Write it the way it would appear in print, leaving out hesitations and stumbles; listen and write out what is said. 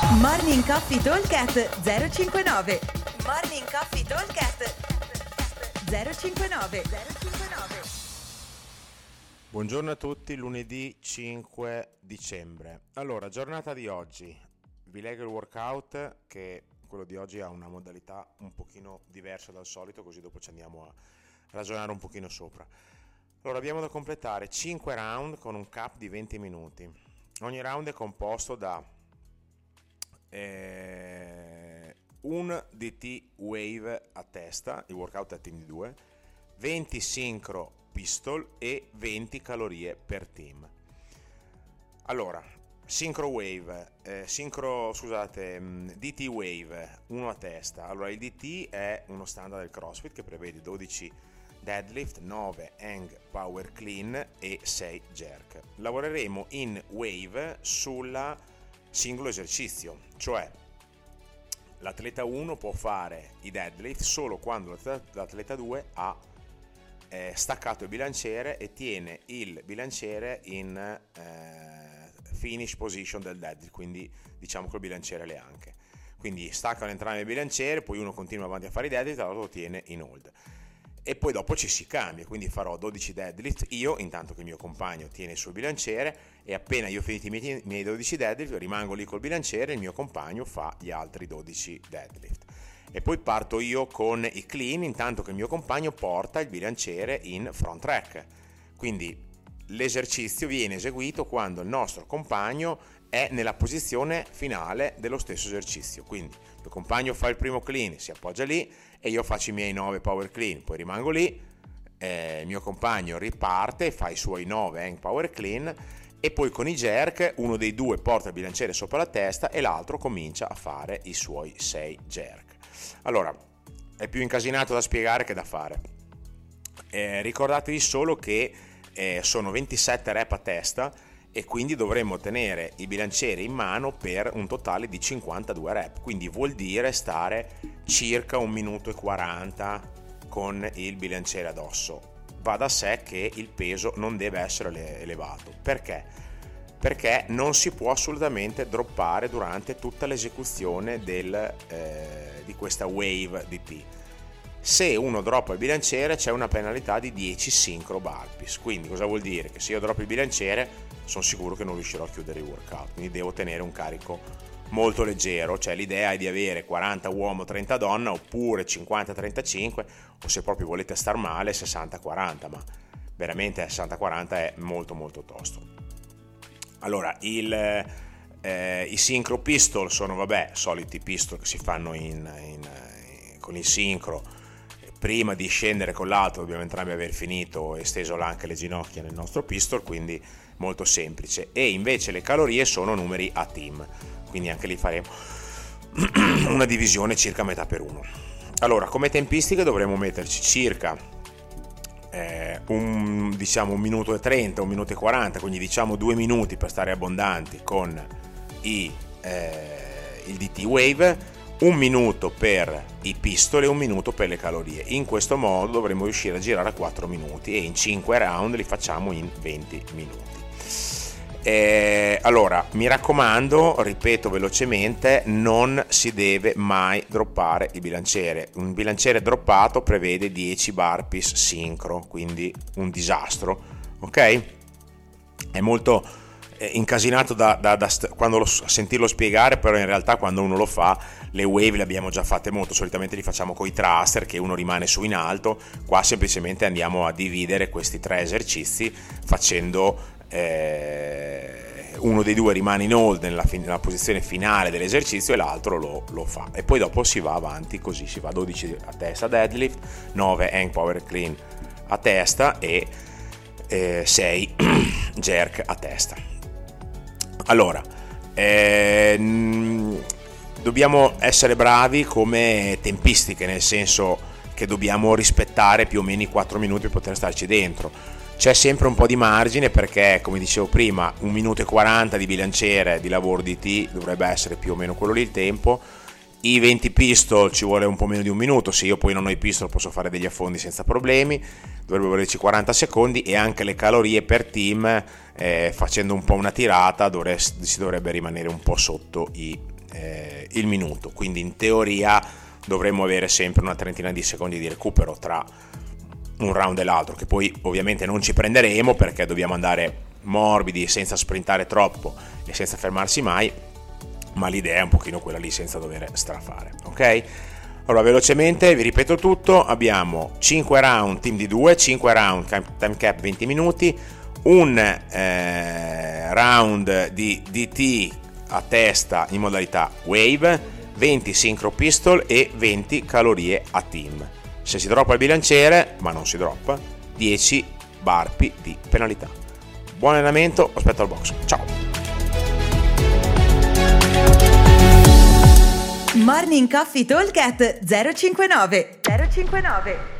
Morning Coffee Talkcast 059. Morning Coffee Talkcast 059. Buongiorno a tutti, lunedì 5 dicembre. Allora, giornata di oggi, vi leggo il workout, che quello di oggi ha una modalità un pochino diversa dal solito, così dopo ci andiamo a ragionare un pochino sopra. Allora, abbiamo da completare 5 round con un cap di 20 minuti. Ogni round è composto da un DT wave a testa, il workout è a team di 2, 20 sincro pistol e 20 calorie per team. Allora, sincro wave, DT wave, uno a testa. Allora, il DT è uno standard del CrossFit che prevede 12 deadlift, 9 hang power clean e 6 jerk. Lavoreremo in wave sulla singolo esercizio, cioè l'atleta 1 può fare i deadlift solo quando l'atleta 2 ha staccato il bilanciere e tiene il bilanciere in finish position del deadlift, quindi diciamo col bilanciere alle anche. Quindi staccano entrambi il bilanciere, poi uno continua avanti a fare i deadlift e l'altro lo tiene in hold. E poi dopo ci si cambia, quindi farò 12 deadlift io, intanto che il mio compagno tiene il suo bilanciere, e appena io ho finito i miei 12 deadlift rimango lì col bilanciere e il mio compagno fa gli altri 12 deadlift. E poi parto io con i clean, intanto che il mio compagno porta il bilanciere in front rack. Quindi l'esercizio viene eseguito quando il nostro compagno è nella posizione finale dello stesso esercizio. Quindi il mio compagno fa il primo clean, si appoggia lì e io faccio i miei 9 power clean, poi rimango lì, il mio compagno riparte, fa i suoi 9 hang power clean e poi con i jerk uno dei due porta il bilanciere sopra la testa e l'altro comincia a fare i suoi 6 jerk. Allora, è più incasinato da spiegare che da fare. Ricordatevi solo che sono 27 rep a testa e quindi dovremmo tenere i bilancieri in mano per un totale di 52 rep, quindi vuol dire stare circa 1 minuto e 40 con il bilanciere addosso. Va da sé che il peso non deve essere elevato. Perché? Perché non si può assolutamente droppare durante tutta l'esecuzione di questa wave DT. Se uno droppa il bilanciere c'è una penalità di 10 sincro burpees. Quindi cosa vuol dire? Che se io droppo il bilanciere sono sicuro che non riuscirò a chiudere il workout, quindi devo tenere un carico molto leggero. Cioè l'idea è di avere 40 uomo 30 donna, oppure 50-35, o se proprio volete star male 60-40, ma veramente 60-40 è molto molto tosto. Allora, i sincro pistol sono soliti pistol che si fanno con il sincro. Prima di scendere con l'altro dobbiamo entrambi aver finito e steso anche le ginocchia nel nostro pistol, quindi molto semplice. E invece le calorie sono numeri a team, quindi anche lì faremo una divisione circa metà per uno. Allora, come tempistiche dovremo metterci circa un minuto e 30, 1 minuto e 40, quindi diciamo 2 minuti per stare abbondanti con il DT wave, 1 minuto per i pistol e 1 minuto per le calorie. In questo modo dovremo riuscire a girare a 4 minuti e in 5 round li facciamo in 20 minuti. Allora, mi raccomando, ripeto velocemente, non si deve mai droppare il bilanciere. Un bilanciere droppato prevede 10 burpees sincro, quindi un disastro, ok? È molto incasinato quando sentirlo spiegare, però in realtà quando uno lo fa, le wave le abbiamo già fatte molto, solitamente li facciamo con i thruster che uno rimane su in alto. Qua semplicemente andiamo a dividere questi 3 esercizi facendo uno dei due rimane in hold nella posizione finale dell'esercizio e l'altro lo fa, e poi dopo si va avanti così, si va 12 a testa deadlift, 9 hang power clean a testa e 6 jerk a testa. Allora, dobbiamo essere bravi come tempistiche, nel senso che dobbiamo rispettare più o meno i 4 minuti per poter starci dentro. C'è sempre un po' di margine perché, come dicevo prima, 1 minuto e 40 di bilanciere di lavoro DT dovrebbe essere più o meno quello lì il tempo. I 20 pistol ci vuole un po' meno di 1 minuto, se io poi non ho i pistol posso fare degli affondi senza problemi, dovrebbe volerci 40 secondi, e anche le calorie per team, facendo un po' una tirata si dovrebbe rimanere un po' sotto i il minuto, quindi in teoria dovremmo avere sempre una trentina di secondi di recupero tra un round e l'altro, che poi ovviamente non ci prenderemo perché dobbiamo andare morbidi, senza sprintare troppo e senza fermarsi mai, ma l'idea è un pochino quella lì, senza dover strafare, ok? Allora, velocemente vi ripeto tutto: abbiamo 5 round team di 2, 5 round time cap 20 minuti, un round di DT a testa in modalità wave, 20 synchro pistol e 20 calorie a team. Se si droppa il bilanciere, ma non si droppa, 10 burpee di penalità. Buon allenamento, aspetto al box, ciao! Morning Coffee Talk at 059.